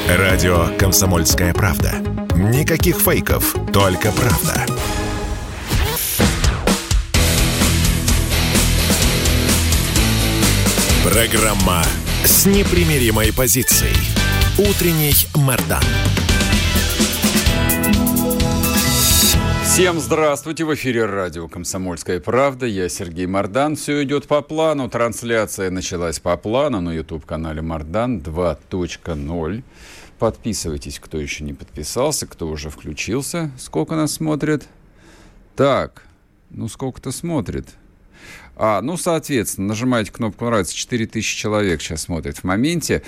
Радио «Комсомольская правда». Никаких фейков, только правда. Программа с непримиримой позицией. Утренний Мардан. Всем здравствуйте! В эфире радио «Комсомольская правда». Я Сергей Мардан. Все идет по плану. Трансляция началась по плану на YouTube-канале Мардан 2.0. Подписывайтесь, кто еще не подписался, кто уже включился. Сколько нас смотрит? Так, сколько-то смотрит. Соответственно, нажимаете кнопку «Нравится». 4000 человек сейчас смотрит в моменте.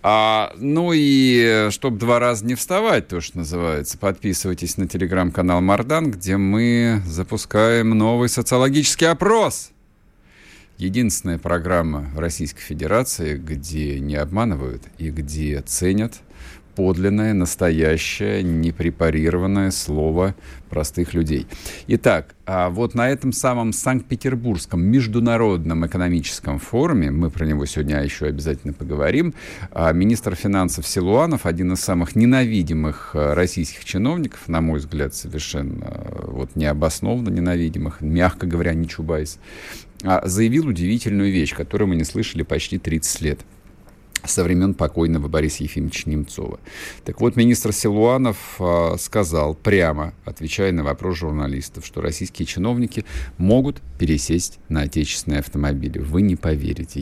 И чтобы 2 раза не вставать, то, что называется, подписывайтесь на телеграм-канал Мардан, где мы запускаем новый социологический опрос. Единственная программа в Российской Федерации, где не обманывают и где ценят подлинное, настоящее, непрепарированное слово простых людей. Итак, вот на этом самом Санкт-Петербургском международном экономическом форуме, мы про него сегодня еще обязательно поговорим, министр финансов Силуанов, один из самых ненавидимых российских чиновников, на мой взгляд, совершенно необоснованно ненавидимых, мягко говоря, не Чубайс, заявил удивительную вещь, которую мы не слышали почти 30 лет. Со времен покойного Бориса Ефимовича Немцова. Так вот, министр Силуанов сказал прямо, отвечая на вопрос журналистов, что российские чиновники могут пересесть на отечественные автомобили. Вы не поверите.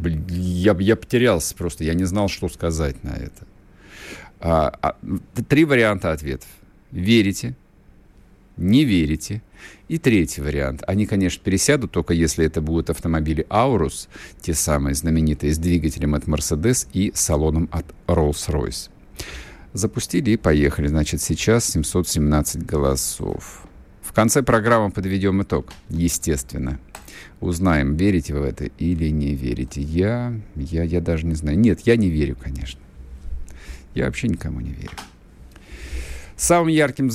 Я потерялся просто, я не знал, что сказать на это. 3 варианта ответов. Верите, не верите. И 3-й вариант. Они, конечно, пересядут, только если это будут автомобили Аурус, те самые знаменитые, с двигателем от Mercedes и салоном от Rolls-Royce. Запустили и поехали. Значит, сейчас 717 голосов. В конце программы подведем итог, естественно. Узнаем, верите вы в это или не верите. Я даже не знаю. Нет, я не верю, конечно. Я вообще никому не верю. Самым ярким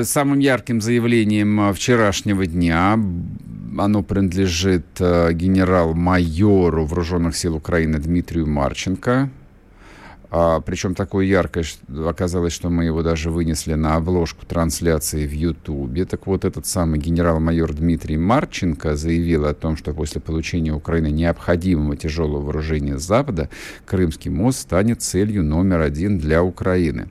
заявлением вчерашнего дня, оно принадлежит генерал-майору Вооруженных сил Украины Дмитрию Марченко. Причем такое яркое, оказалось, что мы его даже вынесли на обложку трансляции в Ютубе. Так вот, этот самый генерал-майор Дмитрий Марченко заявил о том, что после получения Украины необходимого тяжелого вооружения с Запада Крымский мост станет целью номер 1 для Украины.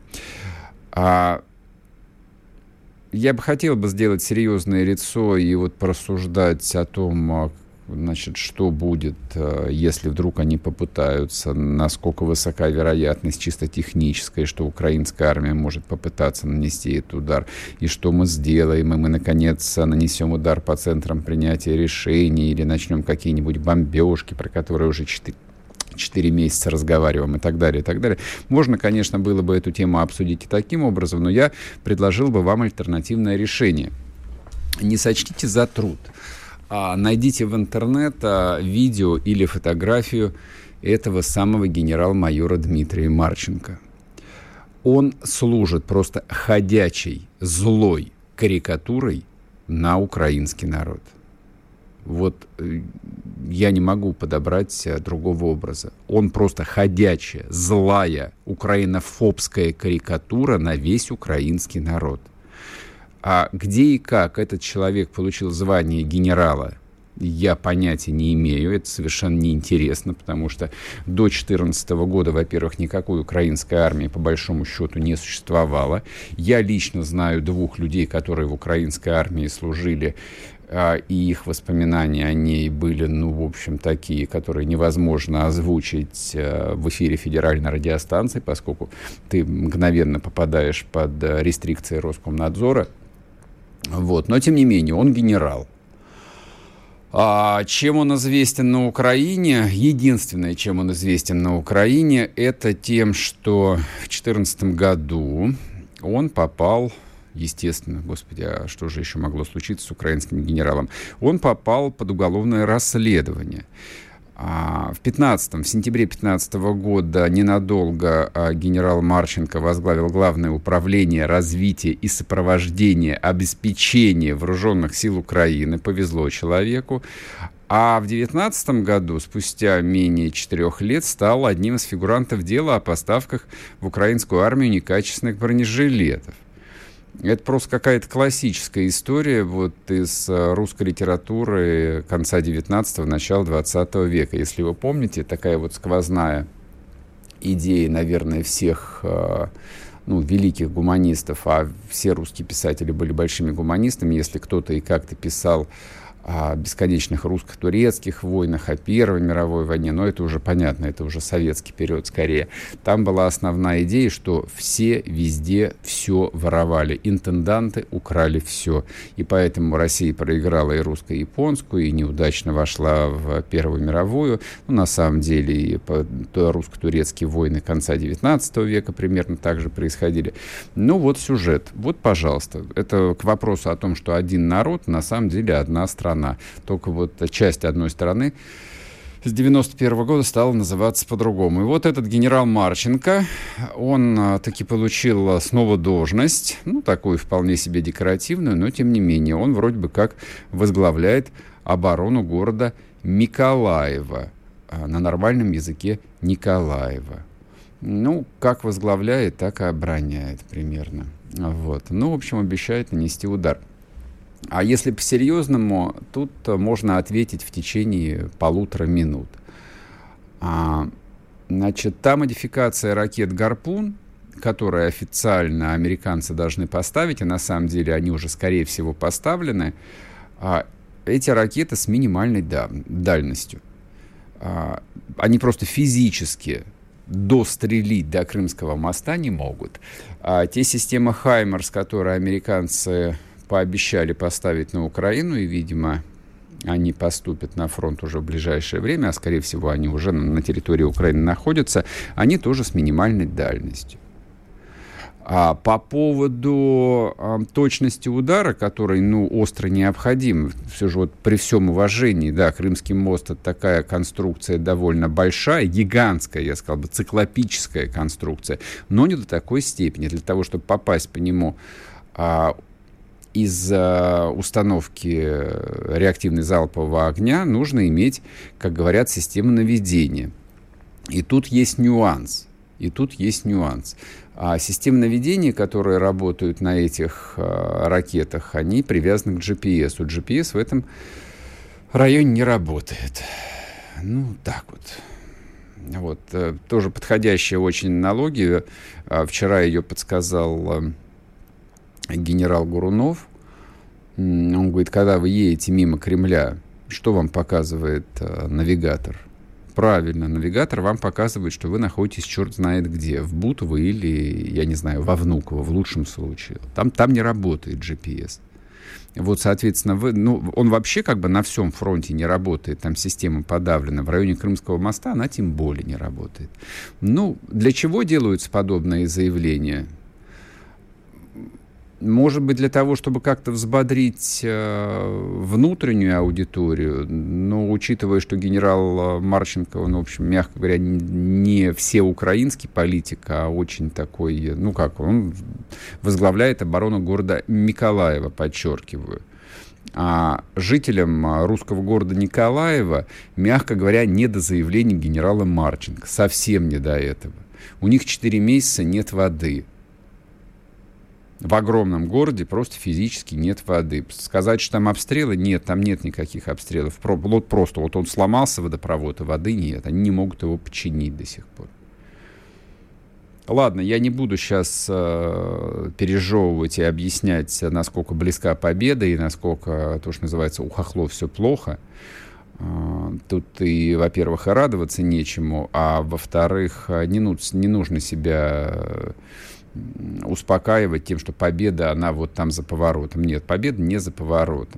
Я бы хотел сделать серьезное лицо и порассуждать о том, что будет, если вдруг они попытаются, насколько высока вероятность чисто техническая, что украинская армия может попытаться нанести этот удар, и что мы сделаем, и мы, наконец, нанесем удар по центрам принятия решений, или начнем какие-нибудь бомбежки, про которые уже 4 месяца разговариваем и так далее, и так далее. Можно, конечно, было бы эту тему обсудить и таким образом, но я предложил бы вам альтернативное решение. Не сочтите за труд. Найдите в интернет видео или фотографию этого самого генерал-майора Дмитрия Марченко. Он служит просто ходячей, злой карикатурой на украинский народ. Я не могу подобрать другого образа. Он просто ходячая, злая, украинофобская карикатура на весь украинский народ. А где и как этот человек получил звание генерала, я понятия не имею. Это совершенно неинтересно, потому что до 2014 года, во-первых, никакой украинской армии по большому счету не существовало. Я лично знаю 2 людей, которые в украинской армии служили, и их воспоминания о ней были, такие, которые невозможно озвучить в эфире федеральной радиостанции, поскольку ты мгновенно попадаешь под рестрикции Роскомнадзора. Но, тем не менее, он генерал. Чем он известен на Украине? Единственное, чем он известен на Украине, это тем, что в 2014 году он попал... Естественно, а что же еще могло случиться с украинским генералом? Он попал под уголовное расследование. В сентябре 2015 года ненадолго генерал Марченко возглавил Главное управление развития и сопровождения обеспечения вооруженных сил Украины. Повезло человеку. А в 19 году, спустя менее 4 лет, стал одним из фигурантов дела о поставках в украинскую армию некачественных бронежилетов. Это просто какая-то классическая история вот из русской литературы конца 19-го, начала 20 века. Если вы помните, такая вот сквозная идея, наверное, всех великих гуманистов, а все русские писатели были большими гуманистами, если кто-то и как-то писал о бесконечных русско-турецких войнах, о Первой мировой войне, но это уже понятно, это уже советский период скорее. Там была основная идея, что все везде все воровали, интенданты украли все. И поэтому Россия проиграла и русско-японскую, и неудачно вошла в Первую мировую. На самом деле и русско-турецкие войны конца 19 века примерно так же происходили. Вот сюжет. Вот, пожалуйста. Это к вопросу о том, что один народ, на самом деле одна страна. Только вот часть одной страны с 91 года стала называться по-другому. И вот этот генерал Марченко, он таки получил снова должность, такую вполне себе декоративную, но тем не менее, он вроде бы как возглавляет оборону города Миколаева, на нормальном языке Николаева. Как возглавляет, так и обороняет примерно. В общем, обещает нанести удар. А если по-серьезному, тут можно ответить в течение 1,5 минут. Та модификация ракет «Гарпун», которые официально американцы должны поставить, и на самом деле они уже, скорее всего, поставлены, эти ракеты с минимальной дальностью. Они просто физически дострелить до Крымского моста не могут. Те системы «Хаймарс», которые американцы пообещали поставить на Украину, и, видимо, они поступят на фронт уже в ближайшее время, а, скорее всего, они уже на территории Украины находятся, они тоже с минимальной дальностью. А по поводу точности удара, который, остро необходим, все же при всем уважении, да, Крымский мост — это такая конструкция довольно большая, гигантская, я сказал бы, циклопическая конструкция, но не до такой степени. Для того, чтобы попасть по нему из установки реактивной залпового огня, нужно иметь, как говорят, систему наведения. И тут есть нюанс. Системы наведения, которые работают на этих ракетах, они привязаны к GPS. GPS в этом районе не работает. Так вот. Тоже подходящая очень аналогия. Вчера ее подсказал генерал Горунов. Он говорит, когда вы едете мимо Кремля, что вам показывает навигатор? Правильно, навигатор вам показывает, что вы находитесь черт знает где, в Бутово или, я не знаю, во Внуково, в лучшем случае. Там не работает GPS. Соответственно, он вообще на всем фронте не работает, там система подавлена. В районе Крымского моста она тем более не работает. Для чего делаются подобные заявления? Может быть, для того, чтобы как-то взбодрить внутреннюю аудиторию, но учитывая, что генерал Марченко, он, в общем, мягко говоря, не всеукраинский политик, а очень такой, он возглавляет оборону города Миколаева, подчеркиваю. А жителям русского города Николаева, мягко говоря, не до заявлений генерала Марченко, совсем не до этого. У них 4 месяца нет воды. В огромном городе просто физически нет воды. Сказать, что там обстрелы? Нет, там нет никаких обстрелов. Просто он сломался, водопровод, и воды нет. Они не могут его починить до сих пор. Ладно, я не буду сейчас пережевывать и объяснять, насколько близка победа и насколько, то, что называется, у хохлов все плохо. Тут и, во-первых, и радоваться нечему, а во-вторых, не нужно себя успокаивать тем, что победа, она вот там за поворотом. Нет, победа не за поворотом.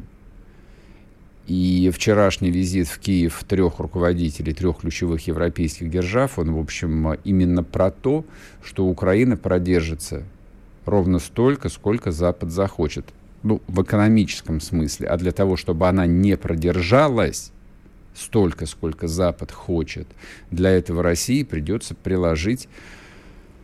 И вчерашний визит в Киев 3 руководителей 3 ключевых европейских держав, он, в общем, именно про то, что Украина продержится ровно столько, сколько Запад захочет. В экономическом смысле. А для того, чтобы она не продержалась столько, сколько Запад хочет, для этого России придется приложить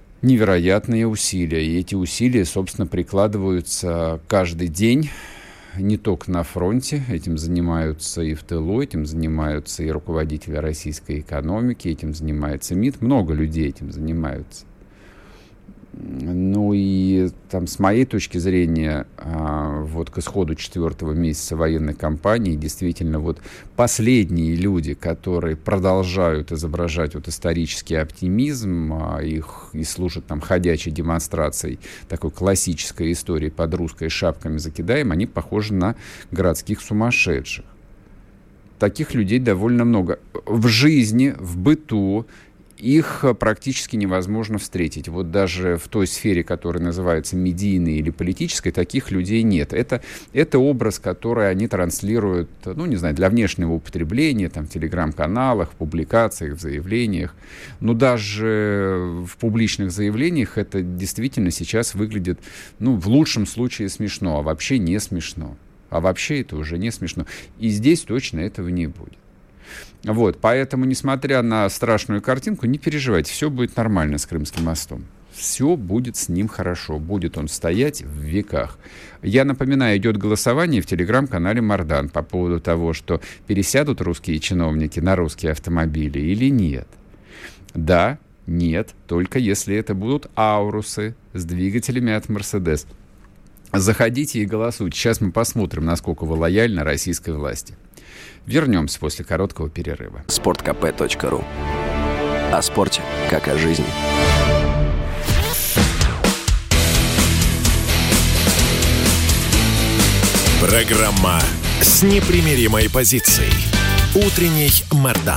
невероятные усилия. И эти усилия, собственно, прикладываются каждый день не только на фронте, этим занимаются и в тылу, этим занимаются и руководители российской экономики, этим занимается МИД, много людей этим занимаются. Ну и там, с моей точки зрения, вот к исходу 4-го месяца военной кампании действительно вот последние люди, которые продолжают изображать вот исторический оптимизм, их и служат там ходячей демонстрацией такой классической истории под русской шапками закидаем, они похожи на городских сумасшедших. Таких людей довольно много. В жизни, в быту их практически невозможно встретить. Вот даже в той сфере, которая называется медийной или политической, таких людей нет. Это образ, который они транслируют, ну, не знаю, для внешнего употребления, там, в телеграм-каналах, в публикациях, в заявлениях. Но даже в публичных заявлениях это действительно сейчас выглядит, ну, в лучшем случае смешно, а вообще не смешно. А вообще это уже не смешно. И здесь точно этого не будет. Вот, поэтому, несмотря на страшную картинку, не переживайте, все будет нормально с Крымским мостом. Все будет с ним хорошо, будет он стоять в веках. Я напоминаю, идет голосование в телеграм-канале Мардан по поводу того, что пересядут русские чиновники на русские автомобили или нет. Да, нет, только если это будут аурусы с двигателями от Мерседес. Заходите и голосуйте. Сейчас мы посмотрим, насколько вы лояльны российской власти. Вернемся после короткого перерыва. sportkp.ru. О спорте, как о жизни. Программа с непримиримой позицией. Утренний Мардан.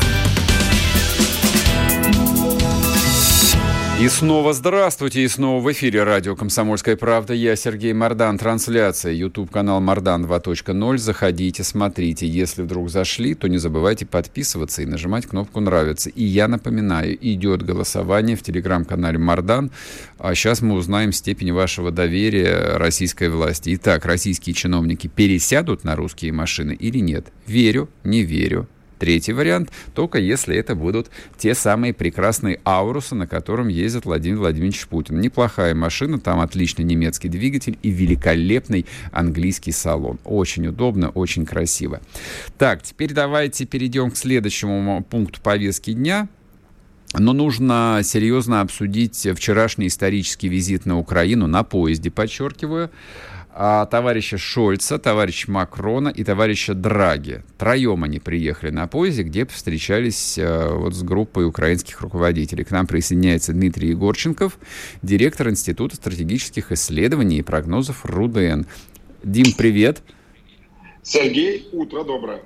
И снова здравствуйте, и снова в эфире радио «Комсомольская правда». Я Сергей Мардан. Трансляция, YouTube-канал Мардан 2.0. Заходите, смотрите. Если вдруг зашли, то не забывайте подписываться и нажимать кнопку «Нравится». И я напоминаю, идет голосование в телеграм-канале Мардан. А сейчас мы узнаем степень вашего доверия российской власти. Итак, российские чиновники пересядут на русские машины или нет? Верю, не верю. Третий вариант, только если это будут те самые прекрасные аурусы, на котором ездит Владимир Владимирович Путин. Неплохая машина, там отличный немецкий двигатель и великолепный английский салон. Очень удобно, очень красиво. Так, теперь давайте перейдем к следующему пункту повестки дня. Но нужно серьезно обсудить вчерашний исторический визит на Украину, на поезде, подчеркиваю, товарища Шольца, товарища Макрона и товарища Драги. Троем они приехали на поезде, где встречались вот с группой украинских руководителей. К нам присоединяется Дмитрий Егорченков, директор Института стратегических исследований и прогнозов РУДН. Дим, привет. Сергей, утро доброе.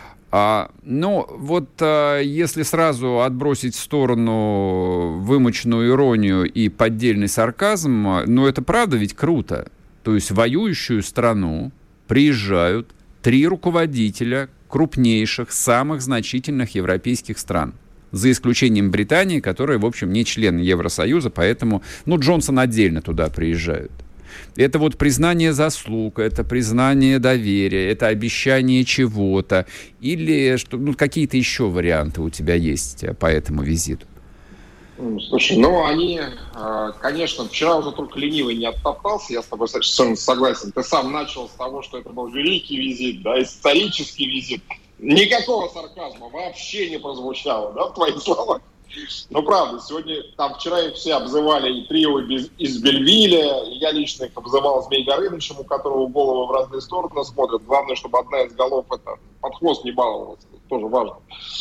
Если сразу отбросить в сторону вымученную иронию и поддельный сарказм, это правда ведь круто. То есть в воюющую страну приезжают 3 руководителя крупнейших, самых значительных европейских стран. За исключением Британии, которая, в общем, не член Евросоюза, поэтому, Джонсон отдельно туда приезжает. Это вот признание заслуг, это признание доверия, это обещание чего-то. Или какие-то еще варианты у тебя есть по этому визиту? Слушай, они, конечно, вчера уже только ленивый не оттоптался, я с тобой совершенно согласен. Ты сам начал с того, что это был великий визит, да, исторический визит. Никакого сарказма вообще не прозвучало, да, в твоих словах. Правда, сегодня, вчера их все обзывали и трио из Бельвиля, и я лично их обзывал Змей Горынычем, у которого головы в разные стороны смотрят. Главное, чтобы одна из голов под хвост не баловалась, это тоже важно.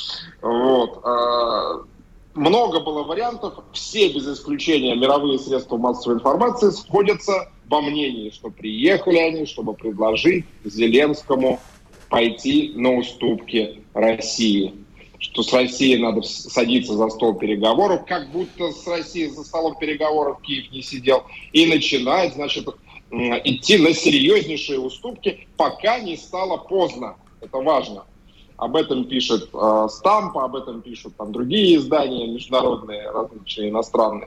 Много было вариантов, все без исключения мировые средства массовой информации сходятся во мнении, что приехали они, чтобы предложить Зеленскому пойти на уступки России. Что с Россией надо садиться за стол переговоров, как будто с Россией за столом переговоров Киев не сидел, и начинать, идти на серьезнейшие уступки, пока не стало поздно. Это важно. Об этом пишет Стампа, об этом пишут другие издания международные, различные иностранные.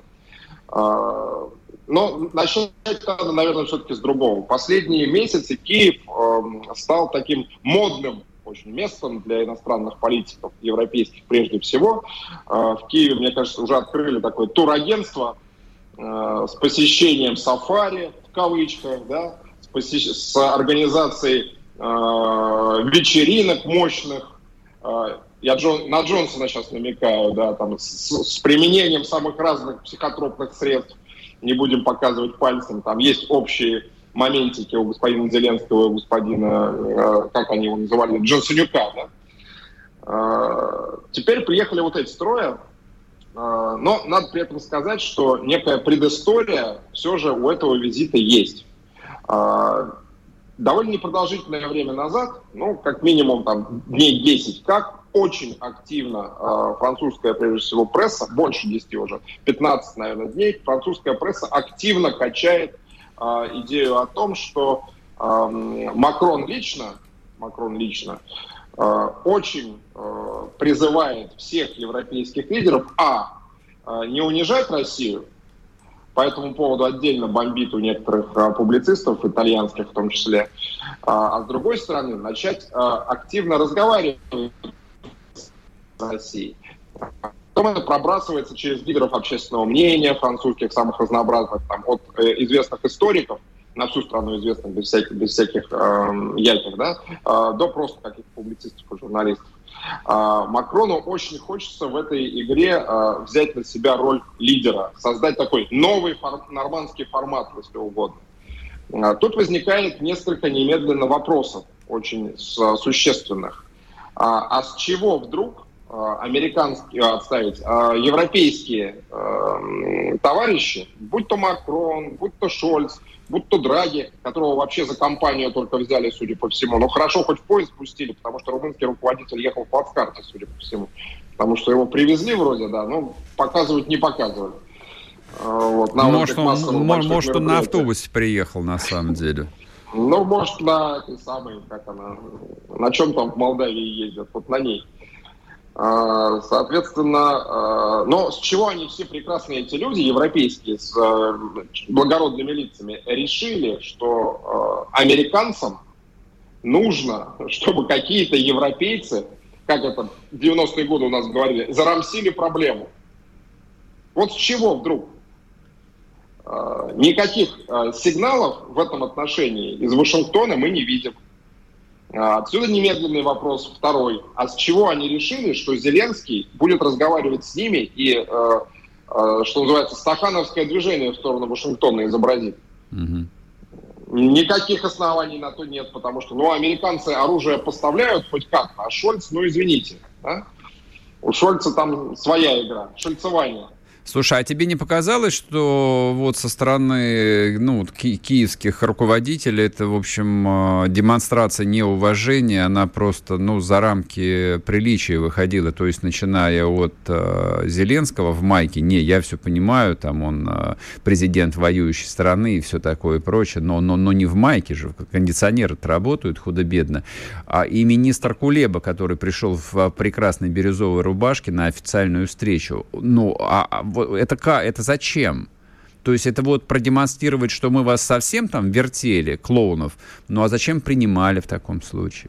Но начать надо, наверное, все-таки с другого. Последние месяцы Киев стал таким модным очень местом для иностранных политиков, европейских прежде всего. В Киеве, мне кажется, уже открыли такое турагентство с посещением сафари, в кавычках, да, с организацией вечеринок мощных. Я на Джонсона сейчас намекаю, да, там с применением самых разных психотропных средств. Не будем показывать пальцем. Там есть общие моментики у господина Зеленского и у господина, как они его называли, Джонсонюка, да. Теперь приехали вот эти трое. Но надо при этом сказать, что некая предыстория все же у этого визита есть. Довольно непродолжительное время назад, как минимум там, дней 10, очень активно французская, прежде всего, пресса, больше 10 уже, 15, наверное, дней, французская пресса активно качает идею о том, что Макрон лично очень призывает всех европейских лидеров, не унижать Россию, по этому поводу отдельно бомбит у некоторых публицистов, итальянских в том числе, а с другой стороны, начать активно разговаривать с Россией. Потом это пробрасывается через лидеров общественного мнения французских, самых разнообразных, там, от известных историков, на всю страну известных, без всяких яких, да, до просто каких-то публицистов и журналистов. Макрону очень хочется в этой игре взять на себя роль лидера, создать такой новый нормандский формат, если угодно. Тут возникает несколько немедленно вопросов, очень существенных. А с чего вдруг европейские товарищи, будь то Макрон, будь то Шольц, будь то Драги, которого вообще за компанию только взяли, судя по всему. Хорошо, хоть в поезд пустили, потому что румынский руководитель ехал в плацкарте, судя по всему. Потому что его привезли вроде, да, но показывать не показывали. Может, он на автобусе приехал, на самом деле. Может, на этой самой, на чем там в Молдавии ездят, вот на ней. Соответственно, но с чего они все прекрасные эти люди, европейские, с благородными лицами, решили, что американцам нужно, чтобы какие-то европейцы, как это в 90-е годы у нас говорили, зарамсили проблему. Вот с чего вдруг? Никаких сигналов в этом отношении из Вашингтона мы не видим. Отсюда немедленный вопрос второй. А с чего они решили, что Зеленский будет разговаривать с ними и, что называется, стахановское движение в сторону Вашингтона изобразит? Никаких оснований на то нет, потому что, американцы оружие поставляют хоть как-то, а Шольц, извините, да? У Шольца там своя игра, шольцевание. Слушай, а тебе не показалось, что вот со стороны киевских руководителей это, в общем, демонстрация неуважения, она просто за рамки приличия выходила, то есть начиная от Зеленского в майке, я все понимаю, там он президент воюющей страны и все такое и прочее, но не в майке же, кондиционеры-то работают худо-бедно, и министр Кулеба, который пришел в прекрасной бирюзовой рубашке на официальную встречу, это зачем? То есть это вот продемонстрировать, что мы вас совсем там вертели, клоунов, а зачем принимали в таком случае?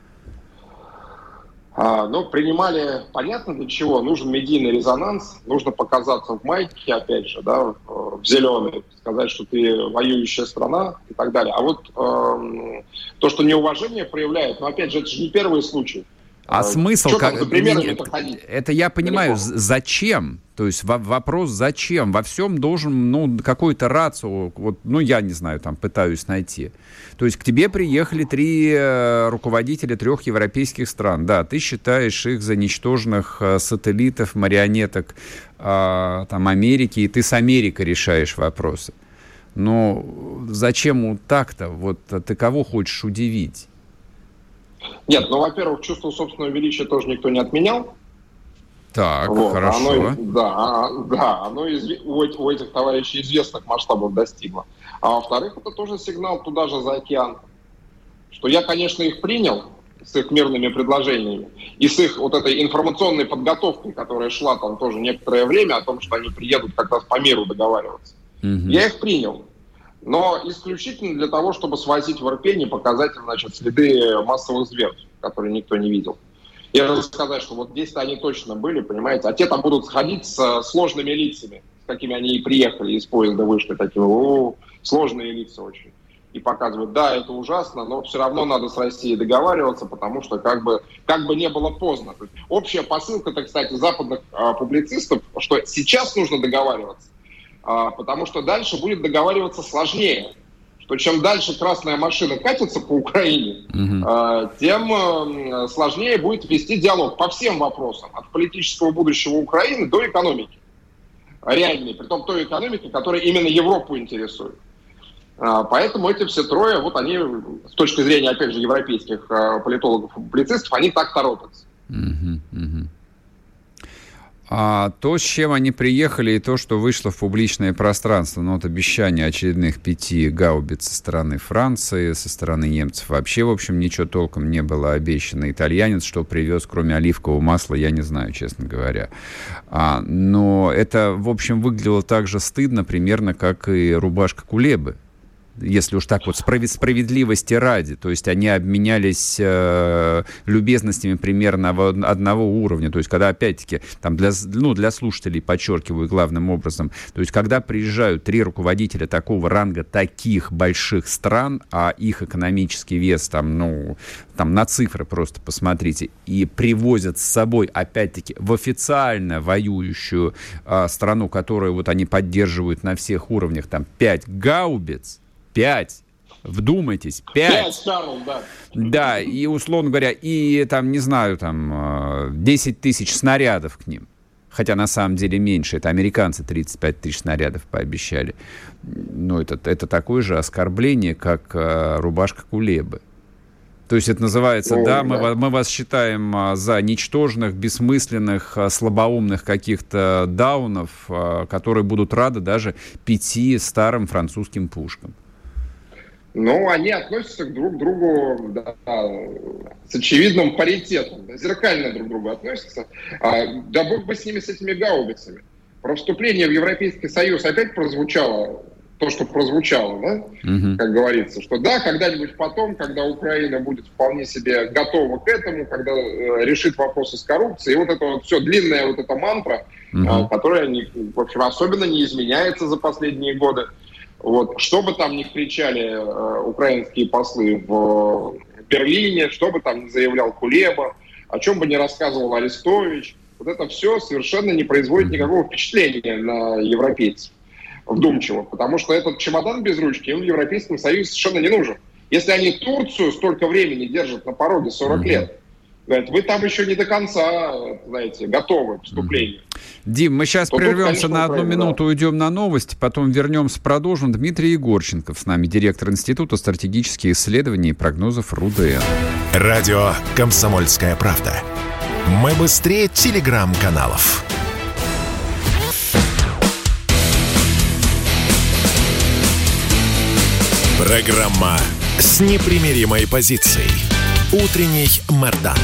Принимали, понятно для чего, нужен медийный резонанс, нужно показаться в майке, опять же, да, в зеленой, сказать, что ты воюющая страна и так далее. А вот то, что неуважение проявляет, опять же, это же не первый случай. А смысл? Это я понимаю, зачем? То есть вопрос зачем? Во всем должен, какой-то рацио, я не знаю, там пытаюсь найти. То есть к тебе приехали 3 руководителя 3 европейских стран. Да, ты считаешь их за ничтожных сателлитов, марионеток там Америки, и ты с Америкой решаешь вопросы. Но зачем так-то? Ты кого хочешь удивить? Нет, во-первых, чувство собственного величия тоже никто не отменял. Так, хорошо. Оно у этих товарищей известных масштабов достигло. А во-вторых, это тоже сигнал туда же за океан. Что я, конечно, их принял с их мирными предложениями и с их вот этой информационной подготовкой, которая шла там тоже некоторое время, о том, что они приедут как раз по миру договариваться. Я их принял. Но исключительно для того, чтобы свозить в Ирпень и показать, следы массовых зверств, которые никто не видел. И рассказать, что вот здесь-то они точно были, понимаете, а те там будут сходить с сложными лицами, с какими они и приехали, из поезда вышли, такие, сложные лица очень. и показывают, да, это ужасно, но все равно надо с Россией договариваться, потому что как бы не было поздно. То есть общая посылка-то, кстати, западных публицистов, что сейчас нужно договариваться, потому что дальше будет договариваться сложнее. Что чем дальше красная машина катится по Украине, тем сложнее будет вести диалог по всем вопросам, от политического будущего Украины до экономики. Реальной, притом той экономики, которая именно Европу интересует. Поэтому эти все трое, вот они, с точки зрения, опять же, европейских политологов и публицистов, они так торопятся. А то, с чем они приехали, и то, что вышло в публичное пространство, ну, вот обещание очередных 5 гаубиц со стороны Франции, со стороны немцев, вообще, в общем, ничего толком не было обещано. Итальянец, что привез, кроме оливкового масла, я не знаю, честно говоря. Но это, в общем, выглядело так же стыдно, примерно, как и рубашка Кулебы. Если уж так вот справедливости ради. То есть они обменялись любезностями примерно одного уровня. То есть когда, опять-таки, там для слушателей, подчеркиваю главным образом, то есть когда приезжают 3 руководителя такого ранга, таких больших стран, а их экономический вес там на цифры просто посмотрите, и привозят с собой, опять-таки, в официально воюющую страну, которую вот они поддерживают на всех уровнях, там 5 гаубиц, 5. Вдумайтесь, 5. Да, и, условно говоря, и там, не знаю, там 10 тысяч снарядов к ним. Хотя на самом деле меньше. Это американцы 35 тысяч снарядов пообещали. Но это такое же оскорбление, как рубашка Кулебы. То есть это называется, мы вас считаем за ничтожных, бессмысленных, слабоумных каких-то даунов, которые будут рады даже 5 старым французским пушкам. Ну, они относятся друг к другу с очевидным паритетом, зеркально друг к другу относятся. Да бог бы с ними, с этими гаубицами. Про вступление в Европейский Союз опять прозвучало то, что прозвучало, да? Как говорится, что да, когда-нибудь потом, когда Украина будет вполне себе готова к этому, когда решит вопросы с коррупцией, и вот это вот все, длинная вот эта мантра, которая, в общем, особенно не изменяется за последние годы. Вот. Что бы там ни кричали украинские послы в Берлине, что бы там ни заявлял Кулеба, о чем бы ни рассказывал Арестович, вот это все совершенно не производит никакого впечатления на европейцев вдумчиво, потому что этот чемодан без ручки им в Европейском Союзе совершенно не нужен. Если они Турцию столько времени держат на пороге, 40 лет, говорят, вы там еще не до конца, знаете, готовы к вступлению. Дим, мы сейчас прервемся на 1 минуту, уйдем на новости, потом вернемся, продолжим. Дмитрий Егорченков с нами, директор Института стратегических исследований и прогнозов РУДН. Радио «Комсомольская правда». Мы быстрее телеграм-каналов. Программа с непримиримой позицией. Утренний Мардан.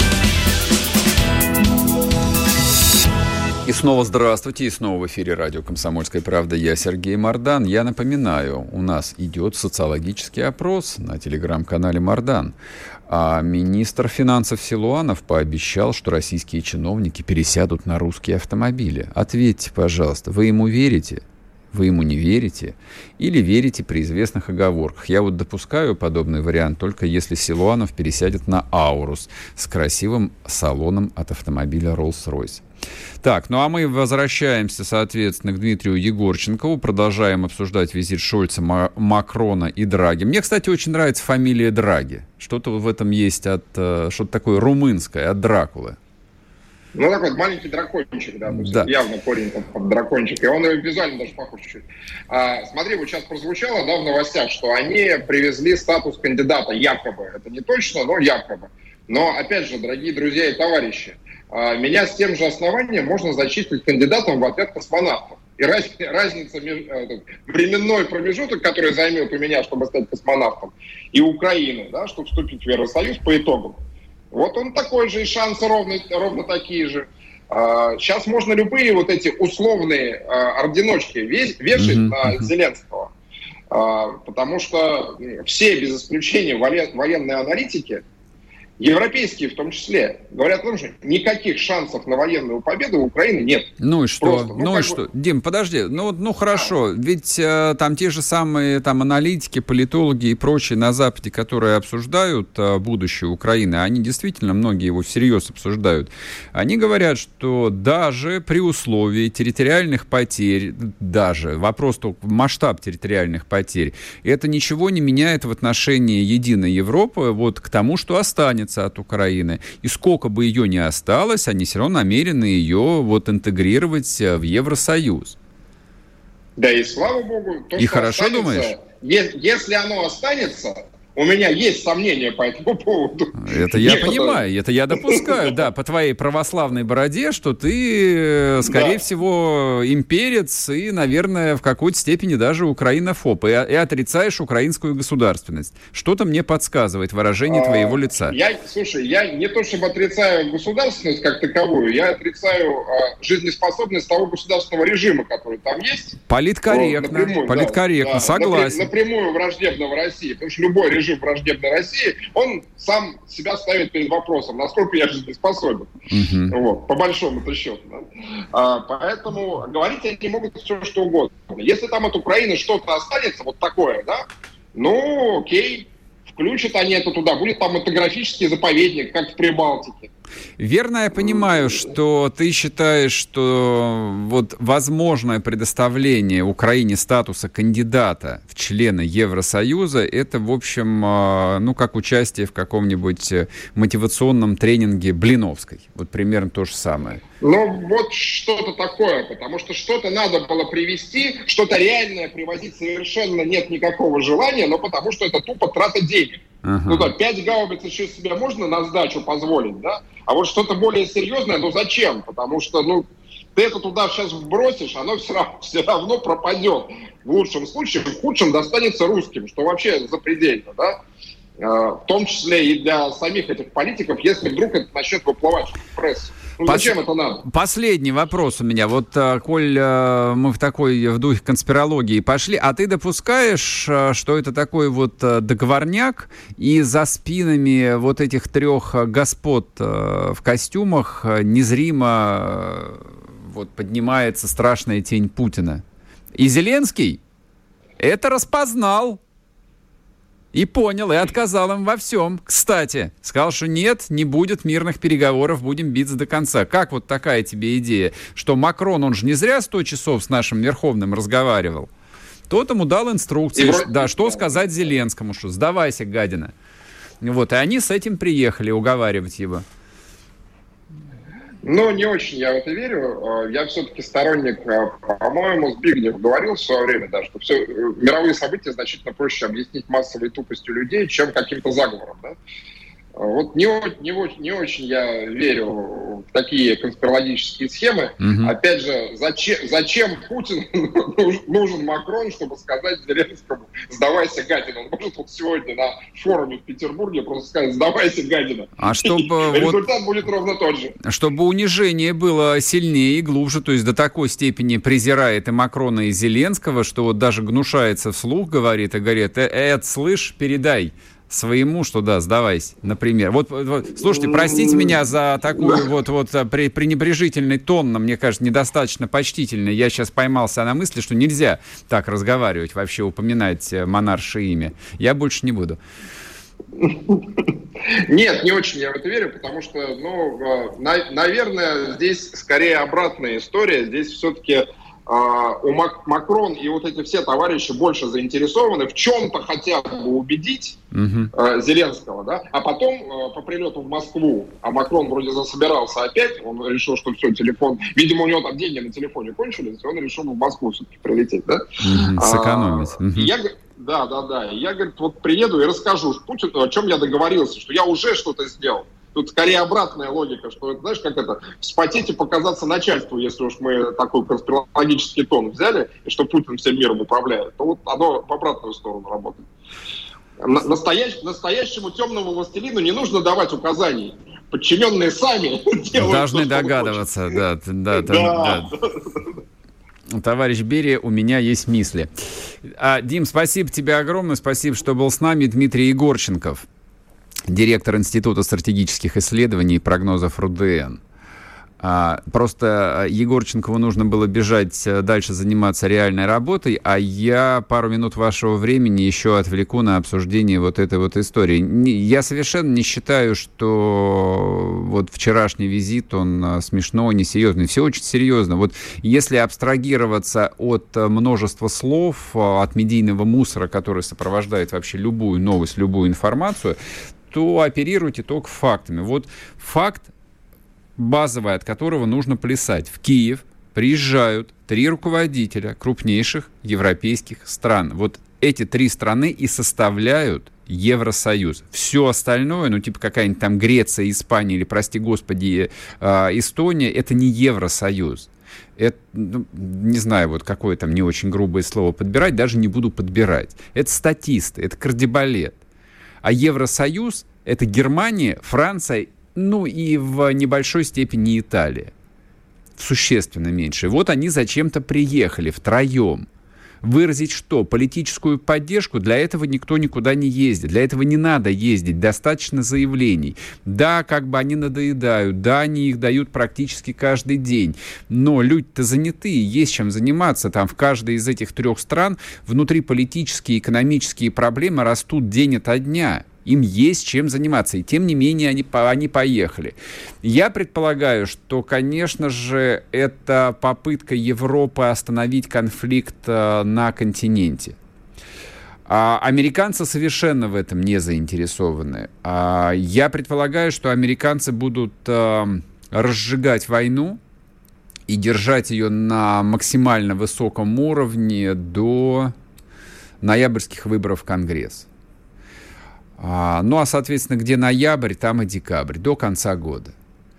И снова здравствуйте, и снова в эфире радио «Комсомольская правда». Я Сергей Мардан. Я напоминаю, у нас идет социологический опрос на телеграм-канале Мардан. А министр финансов Силуанов пообещал, что российские чиновники пересядут на русские автомобили. Ответьте, пожалуйста, вы ему верите? Вы ему не верите? Или верите при известных оговорках? Я вот допускаю подобный вариант только если Силуанов пересядет на Аурус с красивым салоном от автомобиля Rolls-Royce. Так, ну а мы возвращаемся, соответственно, к Дмитрию Егорченкову. Продолжаем обсуждать визит Шольца, Макрона и Драги. Мне, кстати, очень нравится фамилия Драги. Что-то в этом есть что-то такое румынское, от Дракулы. Ну, такой маленький дракончик, да, явно корень под дракончик, и он визуально даже похож чуть. Смотри, вот сейчас прозвучало, да, в новостях, что они привезли статус кандидата, якобы, это не точно, но якобы. Но, опять же, дорогие друзья и товарищи, меня с тем же основанием можно зачислить кандидатом в отряд космонавтов. И разница, временной промежуток, который займет у меня, чтобы стать космонавтом, и Украины, да, чтобы вступить в Евросоюз по итогам. Вот он такой же, и шансы ровно такие же. Сейчас можно любые вот эти условные орденочки вешать на Зеленского, потому что все, без исключения, военные аналитики европейские в том числе, говорят о том, что никаких шансов на военную победу у Украины нет. Ну и что? Просто, что? Дим, подожди, ну хорошо, ведь там те же самые там аналитики, политологи и прочие на Западе, которые обсуждают будущее Украины, они действительно, многие его всерьез обсуждают, они говорят, что даже при условии территориальных потерь, даже вопрос только масштаб территориальных потерь, это ничего не меняет в отношении единой Европы вот к тому, что останется от Украины. И сколько бы ее ни осталось, они все равно намерены ее вот интегрировать в Евросоюз. Да и слава богу. И хорошо думаешь? Если оно останется, у меня есть сомнения по этому поводу. Это я понимаю, это я допускаю, да, по твоей православной бороде, что ты, скорее всего, имперец и, наверное, в какой-то степени даже украинофоб, и отрицаешь украинскую государственность. Что-то мне подсказывает выражение твоего лица. Слушай, я не то чтобы отрицаю государственность как таковую, я отрицаю жизнеспособность того государственного режима, который там есть. Политкорректно, согласен. Напрямую враждебного России, потому что любой режим враждебной России, он сам себя ставит перед вопросом, насколько я жизнеспособен. Вот, по большому-то счету. Да? Поэтому говорить они могут все, что угодно. Если там от Украины что-то останется, вот такое, да, ну, окей, включат они это туда, будет там этнографический заповедник, как в Прибалтике. Верно я понимаю, что ты считаешь, что вот возможное предоставление Украине статуса кандидата в члены Евросоюза, это, в общем, ну, как участие в каком-нибудь мотивационном тренинге Блиновской. Вот примерно то же самое. Ну, вот что-то такое, потому что что-то надо было привезти, что-то реальное привозить совершенно нет никакого желания, но потому что это тупо трата денег. Ну да, 5 гаубиц еще себе можно на сдачу позволить, да? А вот что-то более серьезное, ну зачем? Потому что, ну, ты это туда сейчас вбросишь, оно все равно пропадет. В лучшем случае, в худшем достанется русским, что вообще запредельно, да? В том числе и для самих этих политиков, если вдруг это начнет выплывать в прессу. Ну, зачем это надо? Последний вопрос у меня. Вот, коль мы в духе конспирологии пошли, а ты допускаешь, что это такой вот договорняк, и за спинами вот этих 3 господ в костюмах незримо вот поднимается страшная тень Путина? И Зеленский это распознал. И понял, и отказал им во всем. Кстати, сказал, что нет, не будет мирных переговоров, будем биться до конца. Как вот такая тебе идея, что Макрон, он же не зря 100 часов с нашим Верховным разговаривал. Тот ему дал инструкции, что сказать Зеленскому, что сдавайся, гадина. Вот, и они с этим приехали уговаривать его. Ну, не очень я в это верю. Я все-таки сторонник, по-моему, Збигнев говорил в свое время, да, что все мировые события значительно проще объяснить массовой тупостью людей, чем каким-то заговором. Да? Вот не очень я верю в такие конспирологические схемы. Опять же, зачем Путину нужен Макрон, чтобы сказать Зеленскому «сдавайся, гадина». Он может вот сегодня на форуме в Петербурге просто сказать «сдавайся, гадина». А чтобы результат будет ровно тот же. Чтобы унижение было сильнее и глубже, то есть до такой степени презирает и Макрона, и Зеленского, что вот даже гнушается вслух, говорит, слышь, передай своему, что да, сдавайся, например. Вот, слушайте, простите меня за такой вот пренебрежительный тон, но мне кажется, недостаточно почтительный. Я сейчас поймался на мысли, что нельзя так разговаривать, вообще упоминать монаршее имя. Я больше не буду. Нет, не очень я в это верю, потому что, ну, наверное, здесь скорее обратная история. Здесь все-таки Макрон и вот эти все товарищи больше заинтересованы в чем-то хотя бы убедить Зеленского, да, а потом по прилету в Москву, а Макрон вроде засобирался опять, он решил, что все, телефон, видимо, у него там деньги на телефоне кончились, и он решил в Москву все-таки прилететь, да. Сэкономить. Да. Я, говорит, вот приеду и расскажу Путину, о чем я договорился, что я уже что-то сделал. Тут скорее обратная логика, что, знаешь, как это, вспотеть и показаться начальству, если уж мы такой конспирологический тон взяли, и что Путин всем миром управляет, то вот оно в обратную сторону работает. Настоящему темному властелину не нужно давать указаний. Подчиненные сами делают. Должны догадываться, да. Товарищ Берия, у меня есть мысли. Дим, спасибо тебе огромное, спасибо, что был с нами. Дмитрий Егорченков, директор Института стратегических исследований и прогнозов РУДН. Просто Егорченкову нужно было бежать дальше заниматься реальной работой, а я пару минут вашего времени еще отвлеку на обсуждение вот этой вот истории. Я совершенно не считаю, что вот вчерашний визит, он смешной, несерьезный. Все очень серьезно. Вот если абстрагироваться от множества слов, от медийного мусора, который сопровождает вообще любую новость, любую информацию, то оперируйте только фактами. Вот факт, базовый, от которого нужно плясать. В Киев приезжают 3 руководителя крупнейших европейских стран. Вот эти 3 страны и составляют Евросоюз. Все остальное, ну типа какая-нибудь там Греция, Испания или, прости господи, Эстония, это не Евросоюз. Это, ну, не знаю, вот какое там не очень грубое слово подбирать, даже не буду подбирать. Это статисты, это кардебалет. А Евросоюз — это Германия, Франция, ну и в небольшой степени Италия. Существенно меньше. Вот они зачем-то приехали втроем. Выразить что? Политическую поддержку? Для этого никто никуда не ездит. Для этого не надо ездить. Достаточно заявлений. Да, как бы они надоедают. Да, они их дают практически каждый день. Но люди-то занятые. Есть чем заниматься. Там в каждой из этих 3 стран внутриполитические, экономические проблемы растут день ото дня. Им есть чем заниматься, и тем не менее они поехали. Я предполагаю, что, конечно же, это попытка Европы остановить конфликт на континенте. Американцы совершенно в этом не заинтересованы. Я предполагаю, что американцы будут разжигать войну и держать ее на максимально высоком уровне до ноябрьских выборов в Конгресс. Ну, а, соответственно, где ноябрь, там и декабрь, до конца года.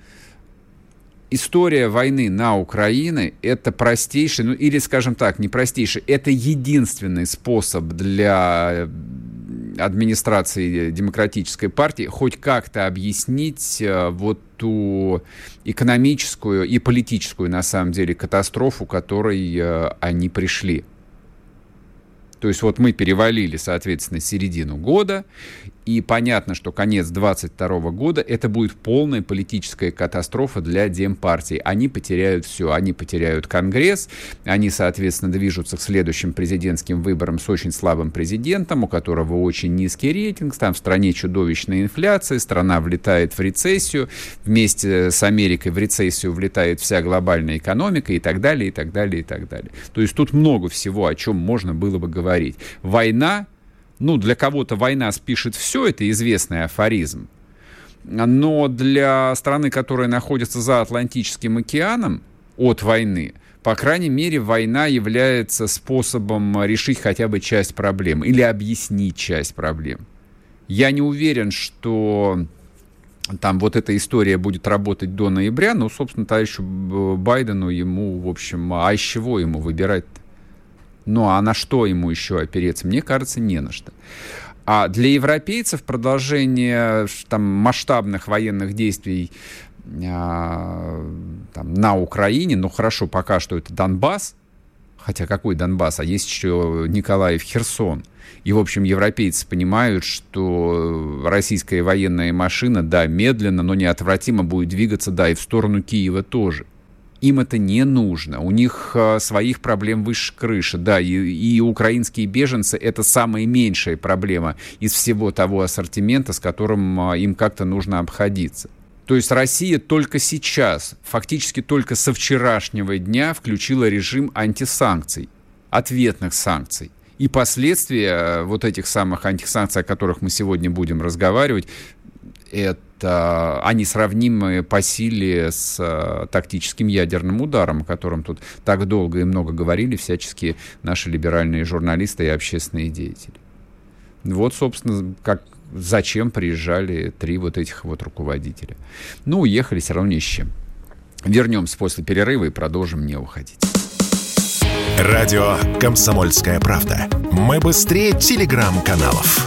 История войны на Украине — это простейший, ну, или, скажем так, не простейший, это единственный способ для администрации Демократической партии хоть как-то объяснить вот ту экономическую и политическую, на самом деле, катастрофу, к которой они пришли. То есть вот мы перевалили, соответственно, середину года, и понятно, что конец 2022 года это будет полная политическая катастрофа для Демпартии. Они потеряют все. Они потеряют Конгресс, они, соответственно, движутся к следующим президентским выборам с очень слабым президентом, у которого очень низкий рейтинг, там в стране чудовищная инфляция, страна влетает в рецессию, вместе с Америкой в рецессию влетает вся глобальная экономика и так далее, и так далее, и так далее. То есть тут много всего, о чем можно было бы говорить. Война, ну, для кого-то война спишет все, это известный афоризм. Но для страны, которая находится за Атлантическим океаном от войны, по крайней мере, война является способом решить хотя бы часть проблем или объяснить часть проблем. Я не уверен, что там вот эта история будет работать до ноября, но, собственно, товарищу Байдену ему, в общем, а из чего ему выбирать-то? Ну, а на что ему еще опереться? Мне кажется, не на что. А для европейцев продолжение там масштабных военных действий там, на Украине, ну, хорошо, пока что это Донбасс, хотя какой Донбасс, а есть еще Николаев, Херсон. И, в общем, европейцы понимают, что российская военная машина, да, медленно, но неотвратимо будет двигаться, да, и в сторону Киева тоже. Им это не нужно. У них своих проблем выше крыши. Да, и украинские беженцы — это самая меньшая проблема из всего того ассортимента, с которым им как-то нужно обходиться. То есть Россия только сейчас, фактически только со вчерашнего дня включила режим антисанкций, ответных санкций. И последствия вот этих самых антисанкций, о которых мы сегодня будем разговаривать, это они сравнимы по силе с тактическим ядерным ударом, о котором тут так долго и много говорили всяческие наши либеральные журналисты и общественные деятели. Вот, собственно, зачем приезжали 3 вот этих вот руководителя. Ну, уехали все равно ни с чем. Вернемся после перерыва и продолжим не уходить. Радио «Комсомольская правда». Мы быстрее телеграм-каналов.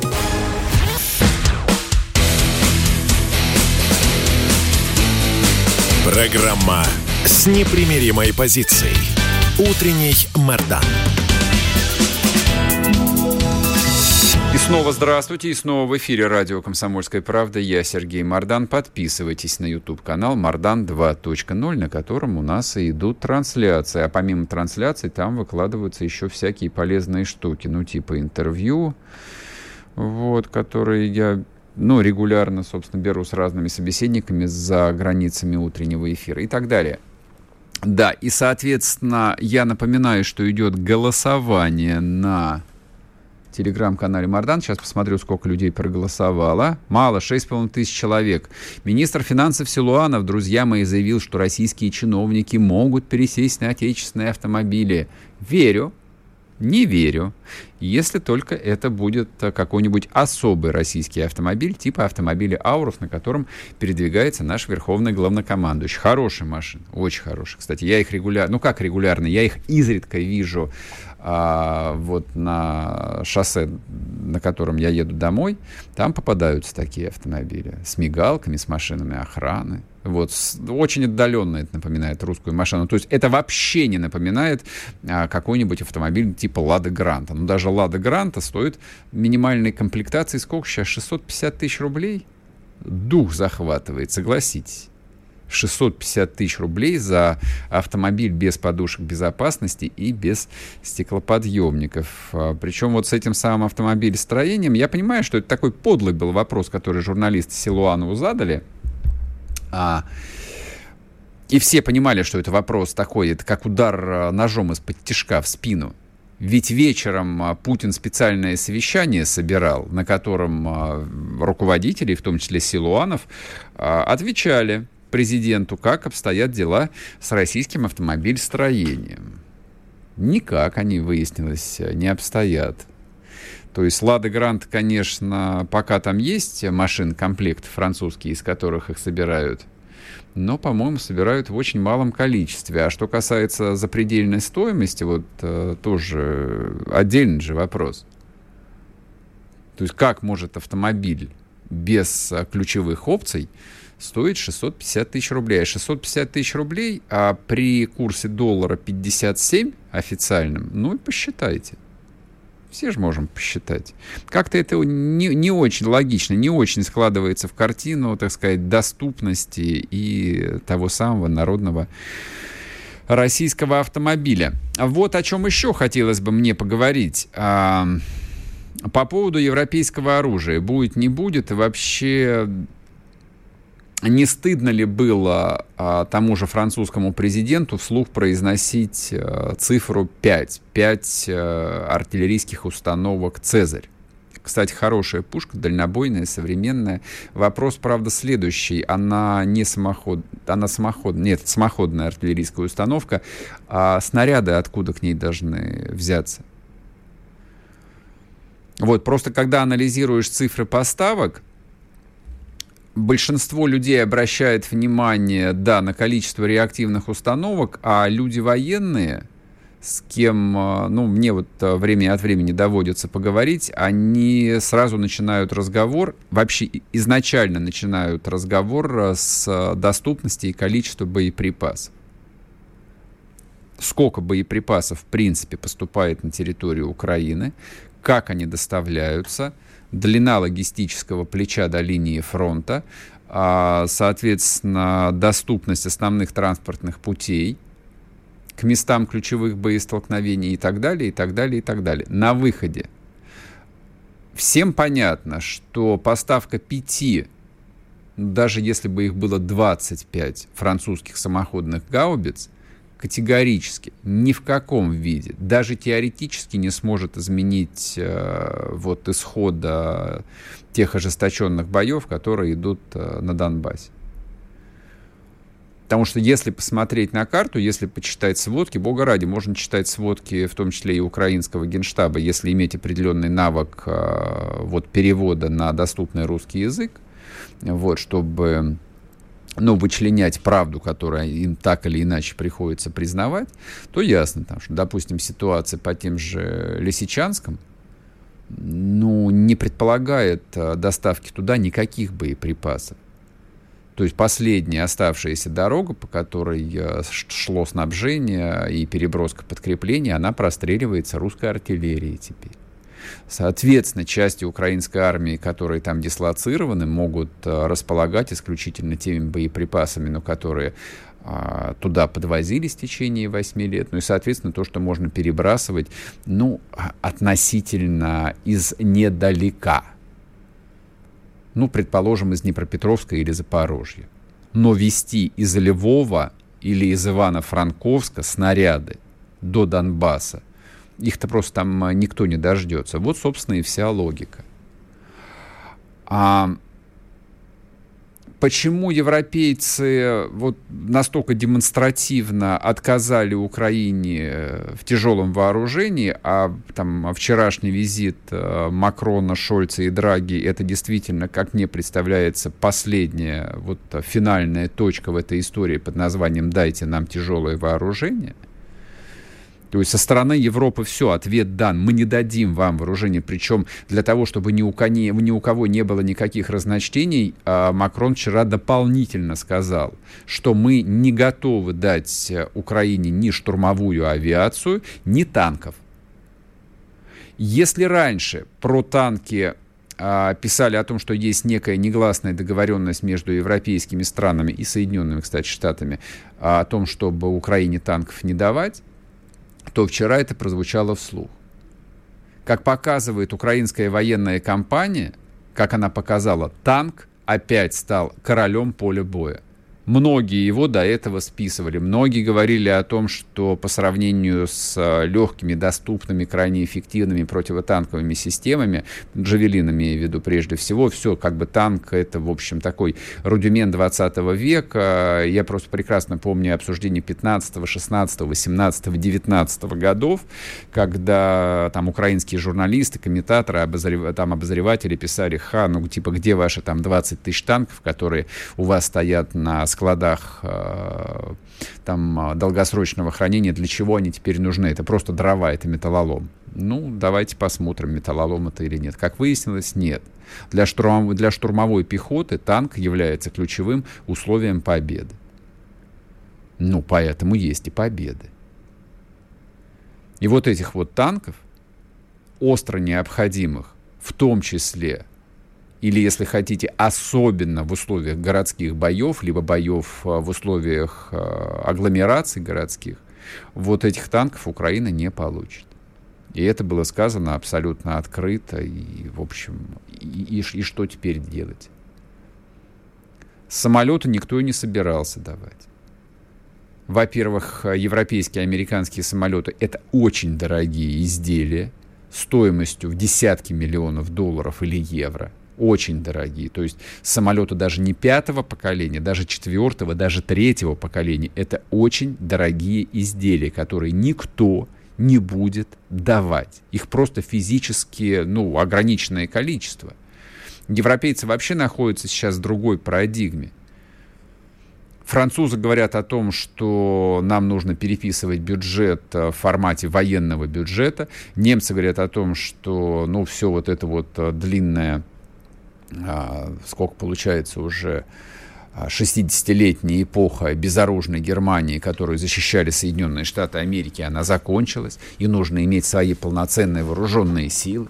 Программа с непримиримой позицией. Утренний Мардан. И снова здравствуйте, и снова в эфире радио «Комсомольская правда». Я Сергей Мардан. Подписывайтесь на YouTube-канал «Мардан 2.0», на котором у нас и идут трансляции. А помимо трансляций там выкладываются еще всякие полезные штуки, ну, типа интервью, вот, которые я, регулярно, собственно, беру с разными собеседниками за границами утреннего эфира и так далее. Да, и, соответственно, я напоминаю, что идет голосование на телеграм-канале Мардан. Сейчас посмотрю, сколько людей проголосовало. Мало, 6,5 тысяч человек. Министр финансов Силуанов, друзья мои, заявил, что российские чиновники могут пересесть на отечественные автомобили. Верю. Не верю, если только это будет какой-нибудь особый российский автомобиль, типа автомобиля «Аурус», на котором передвигается наш верховный главнокомандующий. Хорошая машина, очень хорошая. Кстати, я их регулярно, я их изредка вижу вот на шоссе, на котором я еду домой. Там попадаются такие автомобили с мигалками, с машинами охраны. Вот, очень отдаленно это напоминает русскую машину. То есть это вообще не напоминает какой-нибудь автомобиль типа «Лада Гранта». Ну, даже «Лада Гранта» стоит минимальной комплектации сколько сейчас? 650 тысяч рублей? Дух захватывает, согласитесь. 650 тысяч рублей за автомобиль без подушек безопасности и без стеклоподъемников. Причем вот с этим самым автомобилестроением, я понимаю, что это такой подлый был вопрос, который журналисты Силуанову задали. И все понимали, что это вопрос такой, это как удар ножом из-под тишка в спину. Ведь вечером Путин специальное совещание собирал, на котором руководители, в том числе Силуанов, отвечали президенту, как обстоят дела с российским автомобилестроением. Никак они, выяснилось, не обстоят. То есть «Лада Гранта», конечно, пока там есть машин-комплект французские, из которых их собирают, но, по-моему, собирают в очень малом количестве. А что касается запредельной стоимости, вот тоже отдельный же вопрос. То есть как может автомобиль без ключевых опций стоить 650 тысяч рублей? А 650 тысяч рублей при курсе доллара 57 официальном, ну и посчитайте. Все же можем посчитать. Как-то это не очень логично, не очень складывается в картину, так сказать, доступности и того самого народного российского автомобиля. Вот о чем еще хотелось бы мне поговорить. По поводу европейского оружия. Будет, не будет, и вообще не стыдно ли было тому же французскому президенту вслух произносить цифру 5? 5 артиллерийских установок «Цезарь». Кстати, хорошая пушка, дальнобойная, современная. Вопрос, правда, следующий. Она не самоходная артиллерийская установка. А снаряды откуда к ней должны взяться? Вот, просто когда анализируешь цифры поставок, большинство людей обращает внимание, да, на количество реактивных установок, а люди военные, с кем, мне вот время от времени доводится поговорить, они сразу начинают разговор, вообще изначально начинают разговор с доступности и количества боеприпасов. Сколько боеприпасов, в принципе, поступает на территорию Украины, как они доставляются, длина логистического плеча до линии фронта, соответственно, доступность основных транспортных путей к местам ключевых боестолкновений и так далее, и так далее, и так далее. На выходе всем понятно, что поставка 5, даже если бы их было 25 французских самоходных гаубиц, категорически ни в каком виде, даже теоретически не сможет изменить исхода тех ожесточенных боев, которые идут на Донбассе. Потому что если посмотреть на карту, если почитать сводки, бога ради, можно читать сводки, в том числе и украинского генштаба, если иметь определенный навык перевода на доступный русский язык, чтобы вычленять правду, которую им так или иначе приходится признавать, то ясно, что, допустим, ситуация по тем же Лисичанском, не предполагает доставки туда никаких боеприпасов. То есть последняя оставшаяся дорога, по которой шло снабжение и переброска подкрепления, она простреливается русской артиллерией теперь. Соответственно, части украинской армии, которые там дислоцированы, могут располагать исключительно теми боеприпасами, но которые туда подвозились в течение 8 лет. Ну и, соответственно, то, что можно перебрасывать, относительно из недалека. Предположим, из Днепропетровска или Запорожья. Но везти из Львова или из Ивано-Франковска снаряды до Донбасса, их-то просто там никто не дождется. Вот, собственно, и вся логика. Почему европейцы вот настолько демонстративно отказали Украине в тяжелом вооружении, а там вчерашний визит Макрона, Шольца и Драги — это действительно, как мне представляется, последняя, вот финальная точка в этой истории под названием «Дайте нам тяжелое вооружение». То есть со стороны Европы все, ответ дан. Мы не дадим вам вооружение. Причем для того, чтобы ни у кого не было никаких разночтений, Макрон вчера дополнительно сказал, что мы не готовы дать Украине ни штурмовую авиацию, ни танков. Если раньше про танки писали о том, что есть некая негласная договоренность между европейскими странами и Соединенными, кстати, Штатами о том, чтобы Украине танков не давать, то вчера это прозвучало вслух. Как показывает украинская военная кампания, как она показала, танк опять стал королем поля боя. Многие его до этого списывали. Многие говорили о том, что по сравнению с легкими, доступными, крайне эффективными противотанковыми системами, «Джавелин» имею в виду прежде всего, все, как бы танк — это, в общем, такой рудимент 20 века. Я просто прекрасно помню обсуждение 15, 16, 18, 19 годов, когда там украинские журналисты, комментаторы, обозреватели писали: где ваши там 20 тысяч танков, которые у вас стоят на складах долгосрочного хранения, для чего они теперь нужны? Это просто дрова, это металлолом. Давайте посмотрим, металлолом это или нет. Как выяснилось, нет. Для штурмовой пехоты танк является ключевым условием победы. Поэтому есть и победы. И вот этих вот танков, остро необходимых, в том числе, или, если хотите, особенно в условиях городских боев, либо боев в условиях агломераций городских, вот этих танков Украина не получит. И это было сказано абсолютно открыто. И, в общем, и что теперь делать? Самолеты никто и не собирался давать. Во-первых, европейские, американские самолеты — это очень дорогие изделия стоимостью в десятки миллионов долларов или евро. Очень дорогие. То есть самолеты даже не 5-го поколения, даже 4-го, даже 3-го поколения. Это очень дорогие изделия, которые никто не будет давать. Их просто физически, ограниченное количество. Европейцы вообще находятся сейчас в другой парадигме. Французы говорят о том, что нам нужно переписывать бюджет в формате военного бюджета. Немцы говорят о том, что, все вот это вот длинное, сколько получается уже 60-летняя эпоха безоружной Германии, которую защищали Соединенные Штаты Америки, она закончилась, и нужно иметь свои полноценные вооруженные силы,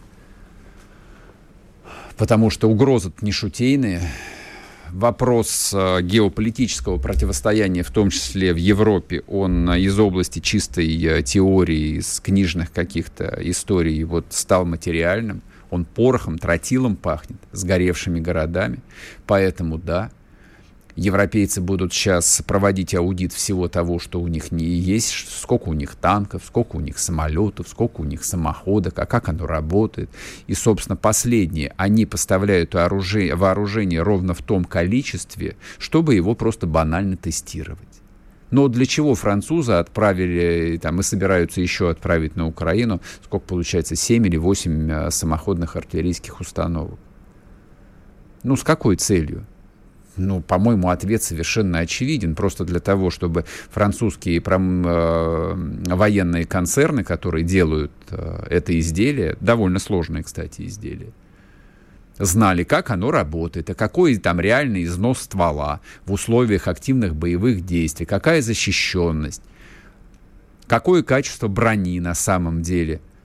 потому что угрозы-то не шутейные. Вопрос геополитического противостояния, в том числе в Европе, он из области чистой теории, из книжных каких-то историй стал материальным. Он порохом, тротилом пахнет, сгоревшими городами. Поэтому, да, европейцы будут сейчас проводить аудит всего того, что у них не есть, сколько у них танков, сколько у них самолетов, сколько у них самоходок, а как оно работает. И, собственно, последнее, они поставляют вооружение ровно в том количестве, чтобы его просто банально тестировать. Но для чего французы отправили, и собираются еще отправить на Украину, сколько получается, 7 или 8 самоходных артиллерийских установок? С какой целью? По-моему, ответ совершенно очевиден. Просто для того, чтобы французские военные концерны, которые делают это изделие, довольно сложное, кстати, изделие, знали, как оно работает, а какой там реальный износ ствола в условиях активных боевых действий, какая защищенность, какое качество брони на самом деле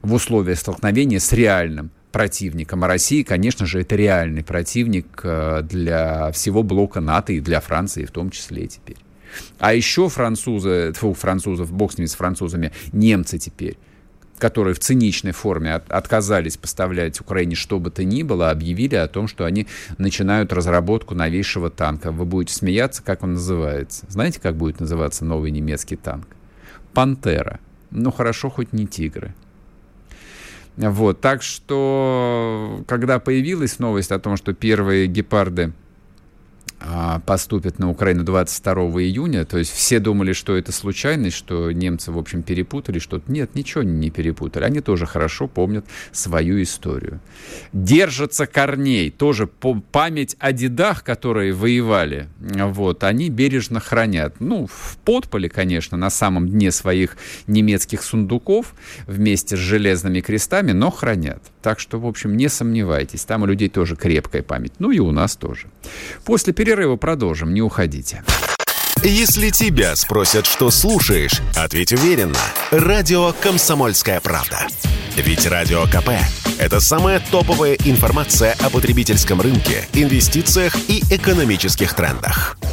в условиях столкновения с реальным противником. А Россия, конечно же, это реальный противник для всего блока НАТО и для Франции в том числе теперь. А еще французов, бог с ними, с французами, немцы теперь, которые в циничной форме отказались поставлять Украине что бы то ни было, объявили о том, что они начинают разработку новейшего танка. Вы будете смеяться, как он называется. Знаете, как будет называться новый немецкий танк? «Пантера». Ну, хорошо, хоть не «Тигры». Вот, так что, когда появилась новость о том, что первые «Гепарды» поступят на Украину 22 июня, то есть все думали, что это случайность, что немцы, в общем, перепутали что-то. Нет, ничего не перепутали. Они тоже хорошо помнят свою историю. Держатся корней. Тоже память о дедах, которые воевали, вот, они бережно хранят. Ну, в подполе, конечно, на самом дне своих немецких сундуков вместе с железными крестами, но хранят. Так что, в общем, не сомневайтесь. Там у людей тоже крепкая память. Ну и у нас тоже. После перерыва продолжим. Не уходите. Если тебя спросят, что слушаешь, ответь уверенно. Радио «Комсомольская правда». Ведь Радио КП – это самая топовая информация о потребительском рынке, инвестициях и экономических трендах.